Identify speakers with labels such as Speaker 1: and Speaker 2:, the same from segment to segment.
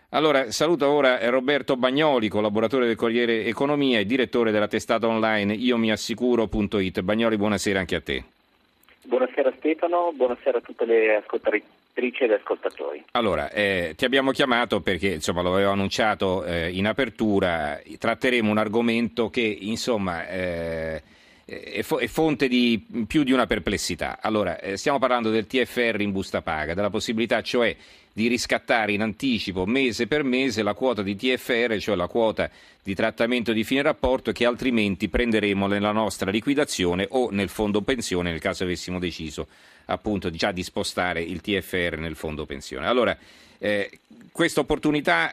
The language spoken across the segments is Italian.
Speaker 1: Allora, saluto ora Roberto Bagnoli, collaboratore del Corriere Economia e direttore della testata online iomiassicuro.it. Bagnoli, buonasera anche a te.
Speaker 2: Buonasera Stefano, buonasera a tutte le ascoltatrici e ascoltatori.
Speaker 1: Allora, ti abbiamo chiamato perché, insomma, lo avevo annunciato in apertura, tratteremo un argomento che, insomma, è fonte di più di una perplessità. Allora, stiamo parlando del TFR in busta paga, della possibilità cioè di riscattare in anticipo mese per mese la quota di TFR, cioè la quota di trattamento di fine rapporto che altrimenti prenderemo nella nostra liquidazione o nel fondo pensione nel caso avessimo deciso appunto già di spostare il TFR nel fondo pensione. Allora, questa opportunità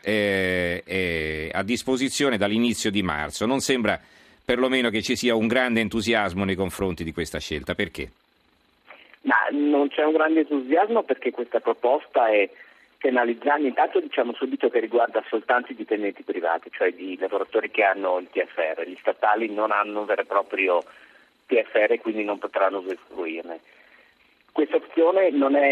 Speaker 1: è a disposizione dall'inizio di marzo. Non sembra perlomeno che ci sia un grande entusiasmo nei confronti di questa scelta. Perché?
Speaker 2: Ma non c'è un grande entusiasmo perché questa proposta è penalizzante. Intanto diciamo subito che riguarda soltanto i dipendenti privati, cioè i lavoratori che hanno il TFR. Gli statali non hanno un vero e proprio TFR e quindi non potranno usufruirne. Questa opzione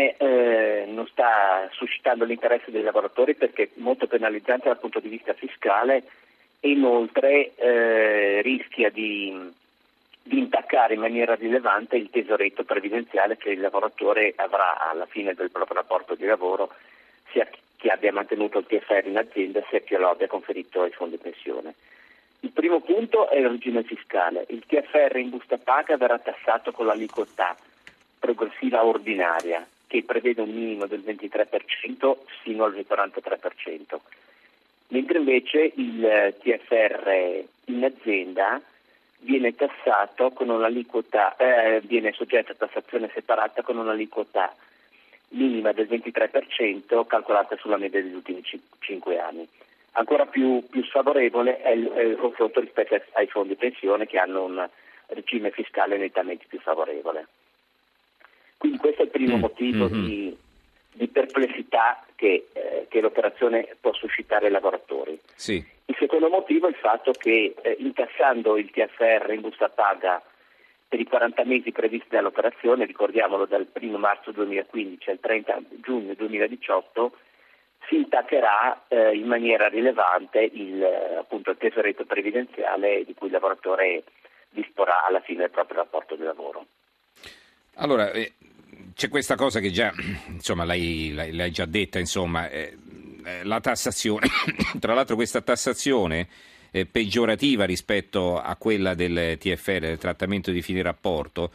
Speaker 2: non sta suscitando l'interesse dei lavoratori perché è molto penalizzante dal punto di vista fiscale e inoltre rischia di intaccare in maniera rilevante il tesoretto previdenziale che il lavoratore avrà alla fine del proprio rapporto di lavoro, sia chi abbia mantenuto il TFR in azienda sia chi lo abbia conferito ai fondi pensione. Il primo punto è il regime fiscale. Il TFR in busta paga verrà tassato con l'aliquota progressiva ordinaria che prevede un minimo del 23% fino al 43%, mentre invece il TFR in azienda viene tassato con un'aliquota, viene soggetto a tassazione separata con un'aliquota minima del 23% calcolata sulla media degli ultimi 5 anni. Ancora più sfavorevole è il confronto rispetto ai fondi pensione che hanno un regime fiscale nettamente più favorevole. Quindi questo è il primo motivo di perplessità che l'operazione può suscitare ai lavoratori.
Speaker 1: Sì.
Speaker 2: Il secondo motivo è il fatto che incassando il TFR in busta paga per i 40 mesi previsti dall'operazione, ricordiamolo dal 1 marzo 2015 al 30 giugno 2018, si intaccherà in maniera rilevante il tesoretto previdenziale di cui il lavoratore disporrà alla fine del proprio rapporto di lavoro.
Speaker 1: Allora, c'è questa cosa che già, insomma, l'hai già detta, insomma, la tassazione. Tra l'altro questa tassazione peggiorativa rispetto a quella del TFR, del trattamento di fine rapporto,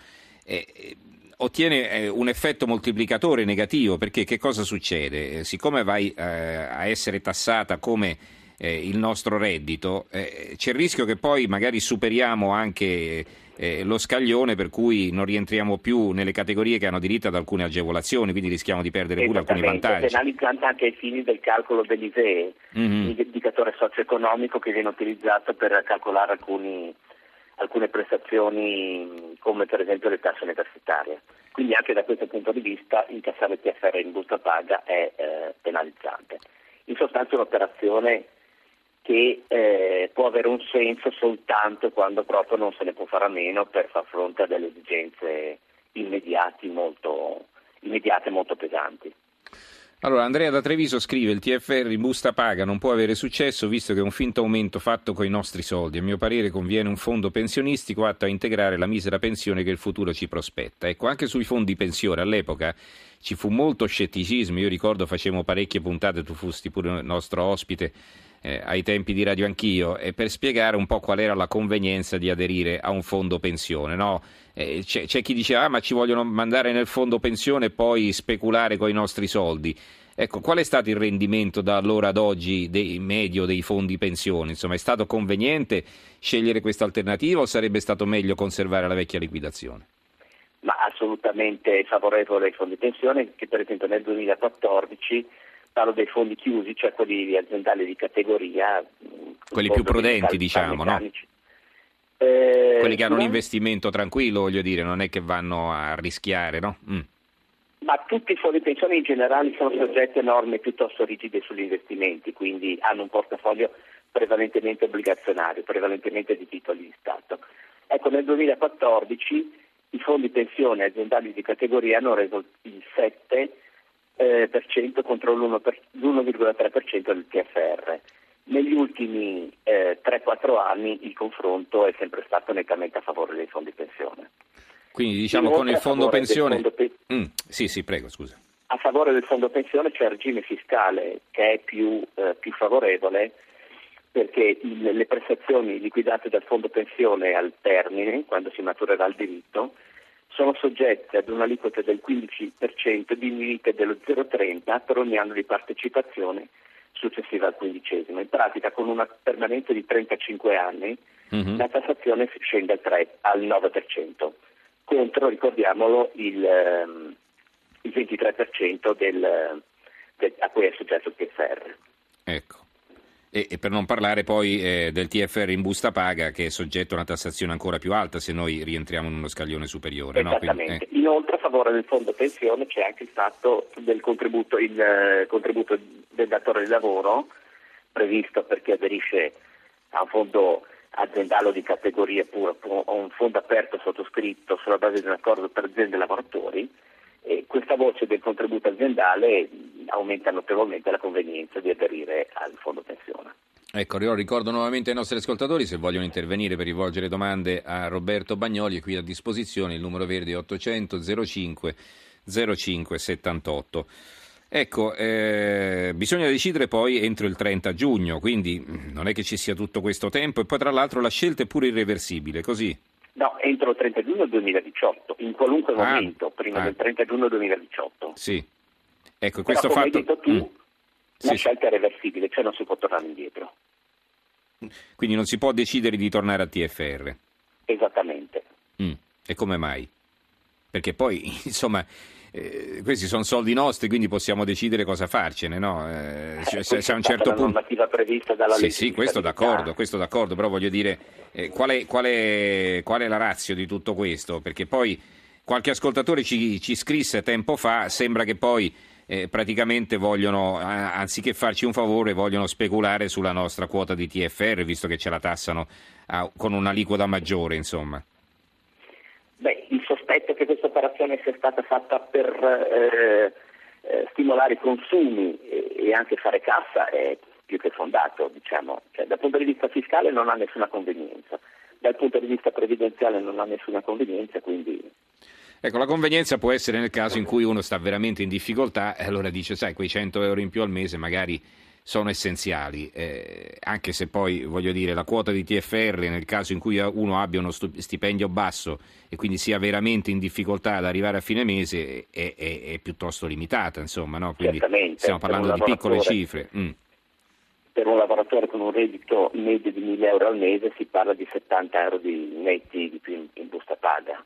Speaker 1: ottiene un effetto moltiplicatore negativo, perché che cosa succede? Siccome vai a essere tassata come il nostro reddito, c'è il rischio che poi magari superiamo anche lo scaglione per cui non rientriamo più nelle categorie che hanno diritto ad alcune agevolazioni, quindi rischiamo di perdere pure alcuni vantaggi.
Speaker 2: Penalizzante anche ai fini del calcolo dell'ISEE, l'indicatore socio-economico che viene utilizzato per calcolare alcune prestazioni come per esempio le tasse universitarie. Quindi anche da questo punto di vista incassare il TFR in busta paga è penalizzante. In sostanza è un'operazione che può avere un senso soltanto quando proprio non se ne può fare a meno per far fronte a delle esigenze immediate molto pesanti.
Speaker 1: Allora, Andrea da Treviso scrive: il TFR in busta paga non può avere successo visto che è un finto aumento fatto con i nostri soldi. A mio parere conviene un fondo pensionistico atto a integrare la misera pensione che il futuro ci prospetta. Ecco, anche sui fondi pensione all'epoca ci fu molto scetticismo. Io ricordo facevamo parecchie puntate, tu fusti pure il nostro ospite ai tempi di Radio Anch'io, per spiegare un po' qual era la convenienza di aderire a un fondo pensione, no? C'è chi diceva ma ci vogliono mandare nel fondo pensione e poi speculare con i nostri soldi. Ecco, qual è stato il rendimento da allora ad oggi medio dei fondi pensione? Insomma, è stato conveniente scegliere questa alternativa o sarebbe stato meglio conservare la vecchia liquidazione?
Speaker 2: Ma assolutamente favorevole ai fondi pensione, che per esempio nel 2014, parlo dei fondi chiusi, cioè quelli aziendali di categoria,
Speaker 1: quelli più prudenti, diciamo, no? Quelli che hanno un investimento tranquillo, voglio dire, non è che vanno a rischiare, no?
Speaker 2: Ma tutti i fondi pensione in generale sono soggetti a norme piuttosto rigide sugli investimenti, quindi hanno un portafoglio prevalentemente obbligazionario, prevalentemente di titoli di Stato. Ecco, nel 2014 i fondi pensione aziendali di categoria hanno reso il 7 per cento contro l'1,3% del TFR. Negli ultimi 3-4 anni il confronto è sempre stato nettamente a favore dei fondi pensione.
Speaker 1: Quindi diciamo
Speaker 2: Inoltre,
Speaker 1: con il fondo pensione... Sì, prego, scusa.
Speaker 2: A favore del fondo pensione c'è il regime fiscale che è più favorevole, perché le prestazioni liquidate dal fondo pensione al termine, quando si maturerà il diritto, sono soggette ad un'aliquota del 15% diminuita dello 0,30 per ogni anno di partecipazione successiva al 15°. In pratica, con una permanenza di 35 anni, la tassazione scende al 9%, contro, ricordiamolo, il 23% a cui è soggetto il TFR.
Speaker 1: Ecco. E per non parlare poi del TFR in busta paga, che è soggetto a una tassazione ancora più alta se noi rientriamo in uno scaglione superiore.
Speaker 2: Esattamente.
Speaker 1: No? Quindi,
Speaker 2: Inoltre, a favore del fondo pensione c'è anche il fatto del contributo del datore di lavoro, previsto per chi aderisce a un fondo aziendale o di categoria pura, o un fondo aperto sottoscritto sulla base di un accordo per aziende e lavoratori. E questa voce del contributo aziendale aumenta notevolmente la convenienza di aderire al fondo pensione.
Speaker 1: Ecco, ricordo nuovamente ai nostri ascoltatori, se vogliono intervenire per rivolgere domande a Roberto Bagnoli, è qui a disposizione il numero verde 800 05 05 78. Ecco, bisogna decidere poi entro il 30 giugno, quindi non è che ci sia tutto questo tempo, e poi tra l'altro la scelta è pure irreversibile, così?
Speaker 2: No, entro il 30 giugno 2018, in qualunque momento, prima del 30 giugno 2018.
Speaker 1: Sì. Ecco,
Speaker 2: però,
Speaker 1: questo
Speaker 2: come
Speaker 1: fatto...
Speaker 2: hai detto tu, la scelta è reversibile, cioè non si può tornare indietro.
Speaker 1: Quindi non si può decidere di tornare a TFR?
Speaker 2: Esattamente.
Speaker 1: E come mai? Perché poi, insomma, questi sono soldi nostri, quindi possiamo decidere cosa farcene, no? Se a un certo punto...
Speaker 2: normativa prevista dalla legge.
Speaker 1: Sì, questo d'accordo, però voglio dire, qual è la ratio di tutto questo? Perché poi qualche ascoltatore ci scrisse tempo fa, sembra che poi praticamente vogliono, anziché farci un favore, vogliono speculare sulla nostra quota di TFR, visto che ce la tassano con un'aliquota maggiore, insomma.
Speaker 2: Beh, il sospetto che questa operazione sia stata fatta per stimolare i consumi e anche fare cassa è più che fondato, diciamo. Cioè, dal punto di vista fiscale non ha nessuna convenienza, dal punto di vista previdenziale non ha nessuna convenienza, quindi...
Speaker 1: Ecco, la convenienza può essere nel caso in cui uno sta veramente in difficoltà e allora dice, sai, quei 100 euro in più al mese magari sono essenziali, anche se poi, voglio dire, la quota di TFR nel caso in cui uno abbia uno stipendio basso e quindi sia veramente in difficoltà ad arrivare a fine mese è piuttosto limitata, insomma, no? Quindi
Speaker 2: certamente,
Speaker 1: stiamo parlando di piccole cifre.
Speaker 2: Per un lavoratore con un reddito medio di 1.000 euro al mese si parla di 70 euro di netti di più in busta paga.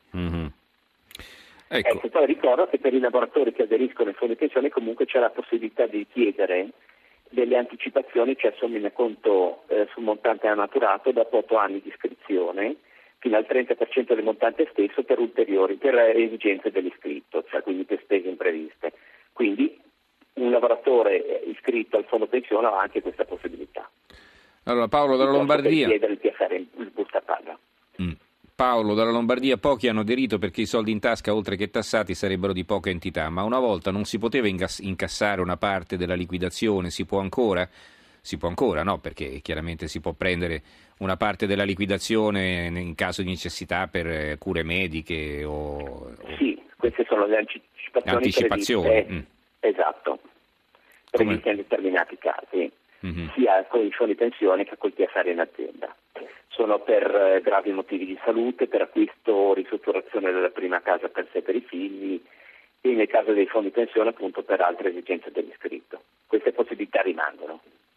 Speaker 2: Ecco, poi ricordo che per i lavoratori che aderiscono ai fondi pensione comunque c'è la possibilità di chiedere delle anticipazioni, cioè somme in conto sul montante maturato dopo 8 anni di iscrizione, fino al 30% del montante stesso per esigenze dell'iscritto, cioè quindi per spese impreviste. Quindi un lavoratore iscritto al fondo pensione ha anche questa possibilità.
Speaker 1: Allora, Paolo dalla Lombardia.
Speaker 2: Chiedere il TFR in busta paga.
Speaker 1: Paolo dalla Lombardia, pochi hanno aderito perché i soldi in tasca, oltre che tassati, sarebbero di poca entità, ma una volta non si poteva incassare una parte della liquidazione, si può ancora? Si può ancora, no? Perché chiaramente si può prendere una parte della liquidazione in caso di necessità per cure mediche o... Sì,
Speaker 2: queste sono le anticipazioni. Previste, esatto, previste in determinati casi, sia con i fondi pensione che col TFR in azienda. Sono per gravi motivi di salute, per acquisto o ristrutturazione della prima casa per sé e per i figli, e nel caso dei fondi pensione appunto per altre esigenze dell'iscritto. Queste possibilità rimangono.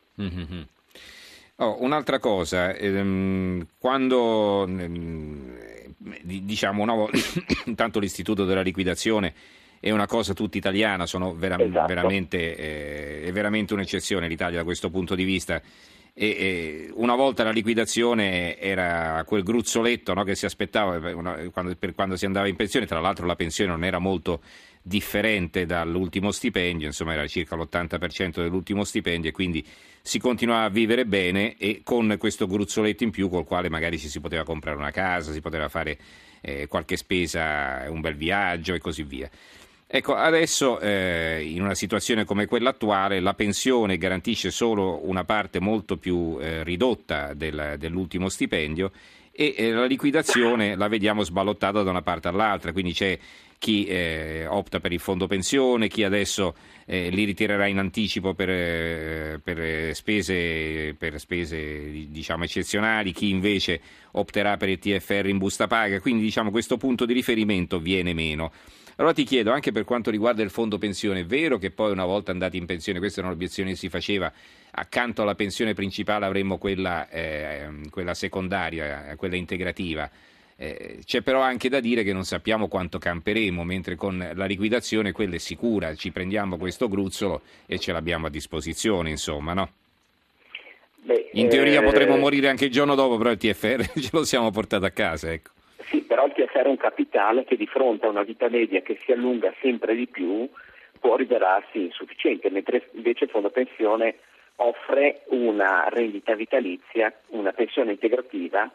Speaker 1: Un'altra cosa, quando diciamo una volta, intanto l'istituto della liquidazione è una cosa tutta italiana, veramente, è veramente un'eccezione l'Italia da questo punto di vista. E una volta la liquidazione era quel gruzzoletto, no, che si aspettava per quando si andava in pensione. Tra l'altro la pensione non era molto differente dall'ultimo stipendio, insomma era circa l'80% dell'ultimo stipendio, e quindi si continuava a vivere bene e con questo gruzzoletto in più col quale magari ci si poteva comprare una casa, si poteva fare qualche spesa, un bel viaggio e così via. Ecco, adesso in una situazione come quella attuale la pensione garantisce solo una parte molto più ridotta dell'ultimo stipendio e la liquidazione la vediamo sballottata da una parte all'altra, quindi c'è chi opta per il fondo pensione, chi adesso li ritirerà in anticipo per spese diciamo eccezionali, chi invece opterà per il TFR in busta paga, quindi diciamo questo punto di riferimento viene meno. Allora ti chiedo, anche per quanto riguarda il fondo pensione, è vero che poi una volta andati in pensione, questa è un'obiezione che si faceva, accanto alla pensione principale avremmo quella secondaria, quella integrativa. C'è però anche da dire che non sappiamo quanto camperemo, mentre con la liquidazione quella è sicura, ci prendiamo questo gruzzolo e ce l'abbiamo a disposizione, insomma, no? In teoria potremmo morire anche il giorno dopo, però il TFR ce lo siamo portato a casa, ecco.
Speaker 2: Sì, però il TFR è un capitale che di fronte a una vita media che si allunga sempre di più può rivelarsi insufficiente, mentre invece il fondo pensione offre una rendita vitalizia, una pensione integrativa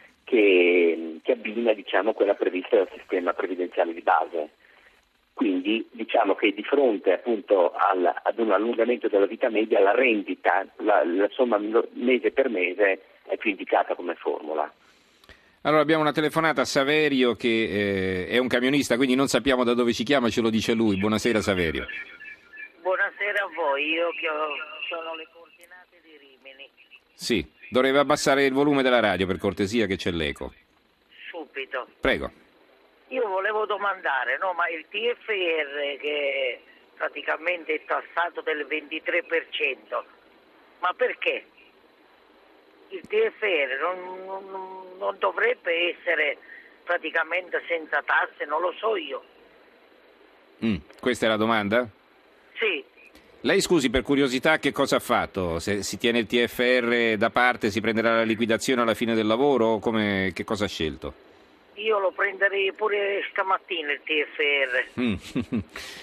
Speaker 2: che abbina, diciamo, quella prevista dal sistema previdenziale di base. Quindi diciamo che di fronte appunto ad un allungamento della vita media la rendita, la somma mese per mese è più indicata come formula.
Speaker 1: Allora abbiamo una telefonata a Saverio che è un camionista, quindi non sappiamo da dove ci chiama, ce lo dice lui. Buonasera Saverio.
Speaker 3: Buonasera a voi, io che sono le coordinate di Rimini.
Speaker 1: Sì, dovrebbe abbassare il volume della radio per cortesia che c'è l'eco.
Speaker 3: Subito.
Speaker 1: Prego.
Speaker 3: Io volevo domandare, no, ma il TFR che praticamente è tassato del 23%, ma perché? Il TFR non dovrebbe essere praticamente senza tasse, non lo so io.
Speaker 1: Questa è la domanda?
Speaker 3: Sì.
Speaker 1: Lei, scusi, per curiosità, che cosa ha fatto? Se si tiene il TFR da parte, si prenderà la liquidazione alla fine del lavoro? O che cosa ha scelto?
Speaker 3: Io lo prenderei pure stamattina il TFR.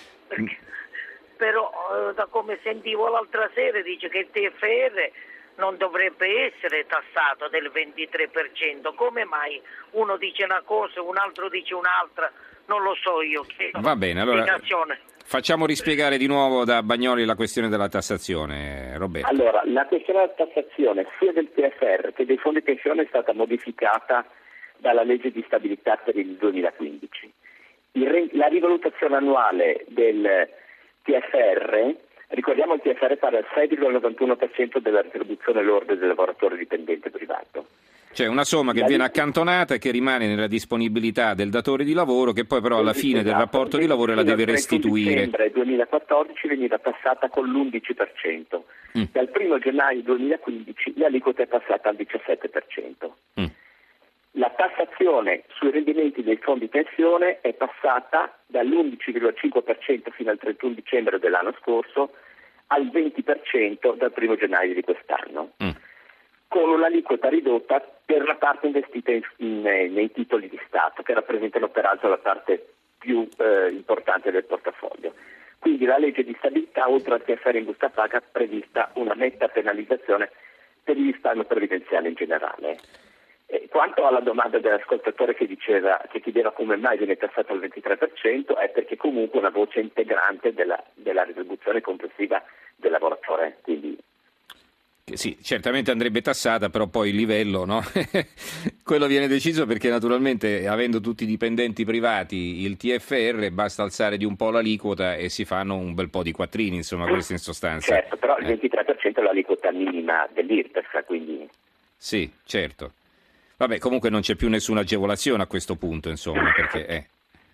Speaker 3: Però da come sentivo l'altra sera dice che il TFR non dovrebbe essere tassato del 23%. Come mai uno dice una cosa e un altro dice un'altra? Non lo so io.
Speaker 1: Va bene, allora facciamo rispiegare di nuovo da Bagnoli la questione della tassazione, Roberto.
Speaker 2: Allora, la questione della tassazione sia del TFR che dei fondi pensione è stata modificata dalla legge di stabilità per il 2015. La rivalutazione annuale del TFR, ricordiamo il TFR pari al 6,91% della retribuzione lorda del lavoratore dipendente privato.
Speaker 1: Cioè una somma che viene accantonata e che rimane nella disponibilità del datore di lavoro, che poi però alla fine del rapporto di lavoro la deve restituire.
Speaker 2: Nel dicembre 2014 veniva tassata con l'11%. Dal 1 gennaio 2015 l'aliquota è passata al 17%. La tassazione sui rendimenti dei fondi pensione è passata dall'11,5% fino al 31 dicembre dell'anno scorso al 20% dal 1 gennaio di quest'anno, con un'aliquota ridotta per la parte investita nei titoli di Stato, che rappresentano peraltro la parte più importante del portafoglio. Quindi la legge di stabilità, oltre al TFR in busta paga, ha prevista una netta penalizzazione per il risparmio previdenziale in generale. Quanto alla domanda dell'ascoltatore che chiedeva come mai viene tassato al 23%, è perché comunque è una voce integrante della retribuzione complessiva del lavoratore. Quindi
Speaker 1: sì, certamente andrebbe tassata, però poi il livello, no? Quello viene deciso perché naturalmente, avendo tutti i dipendenti privati il TFR, basta alzare di un po' l'aliquota e si fanno un bel po' di quattrini, insomma, questo in sostanza.
Speaker 2: Certo, però il 23% è l'aliquota minima dell'IRPEF, quindi...
Speaker 1: Sì, certo. Vabbè, comunque non c'è più nessuna agevolazione a questo punto, insomma, perché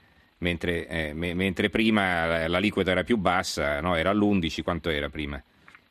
Speaker 1: mentre prima l'aliquota era più bassa, no? Era all'11, quanto era prima?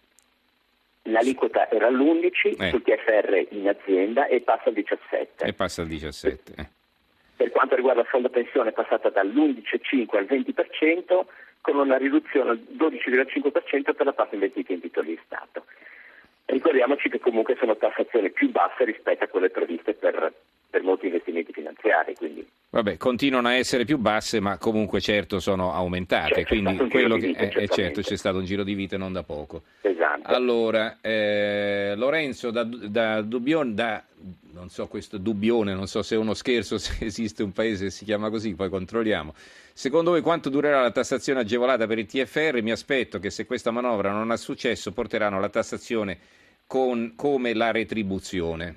Speaker 2: L'aliquota era all'11 sul TFR in azienda e passa al 17.
Speaker 1: E passa al 17.
Speaker 2: Per quanto riguarda il fondo pensione è passata dall'11,5 al 20%, con una riduzione al 12,5% per la parte investita in titoli di Stato. Ricordiamoci che comunque sono tassazioni più basse rispetto a quelle previste per molti investimenti finanziari. Quindi.
Speaker 1: Vabbè, continuano a essere più basse, ma comunque certo sono aumentate. Quindi quello che certo c'è stato un giro di vite non da poco.
Speaker 2: Esatto.
Speaker 1: Allora, Lorenzo da non so, questo dubbione, non so se è uno scherzo, se esiste un paese che si chiama così, poi controlliamo. Secondo voi quanto durerà la tassazione agevolata per il TFR? Mi aspetto che se questa manovra non ha successo porteranno la tassazione come la retribuzione.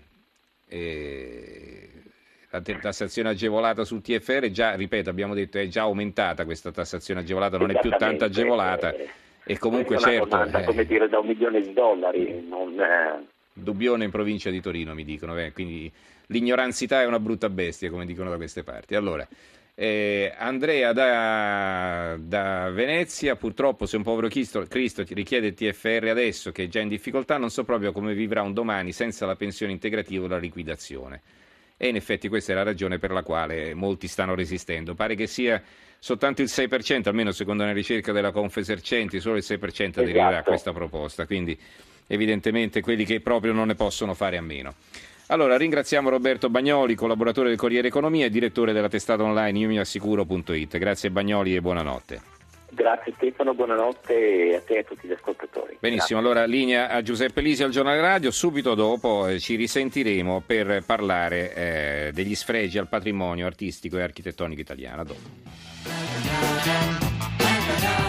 Speaker 1: La tassazione agevolata sul TFR già, ripeto, abbiamo detto, è già aumentata questa tassazione agevolata, non è più tanto agevolata. E comunque certo...
Speaker 2: Domanda, come dire, da $1 milione, non...
Speaker 1: Dubbione in provincia di Torino, mi dicono, quindi l'ignoranzità è una brutta bestia, come dicono da queste parti. Allora, Andrea da Venezia, purtroppo se un povero Cristo ti richiede il TFR adesso che è già in difficoltà, non so proprio come vivrà un domani senza la pensione integrativa o la liquidazione. E in effetti questa è la ragione per la quale molti stanno resistendo. Pare che sia soltanto il 6%, almeno secondo una ricerca della Confesercenti, solo il 6% aderirà a questa proposta, quindi evidentemente quelli che proprio non ne possono fare a meno. Allora, ringraziamo Roberto Bagnoli, collaboratore del Corriere Economia e direttore della testata online iomiassicuro.it. Grazie Bagnoli e buonanotte.
Speaker 2: Grazie Stefano, buonanotte a te e a tutti gli ascoltatori.
Speaker 1: Benissimo, allora linea a Giuseppe Lisi al Giornale Radio, subito dopo ci risentiremo per parlare degli sfregi al patrimonio artistico e architettonico italiano. A dopo.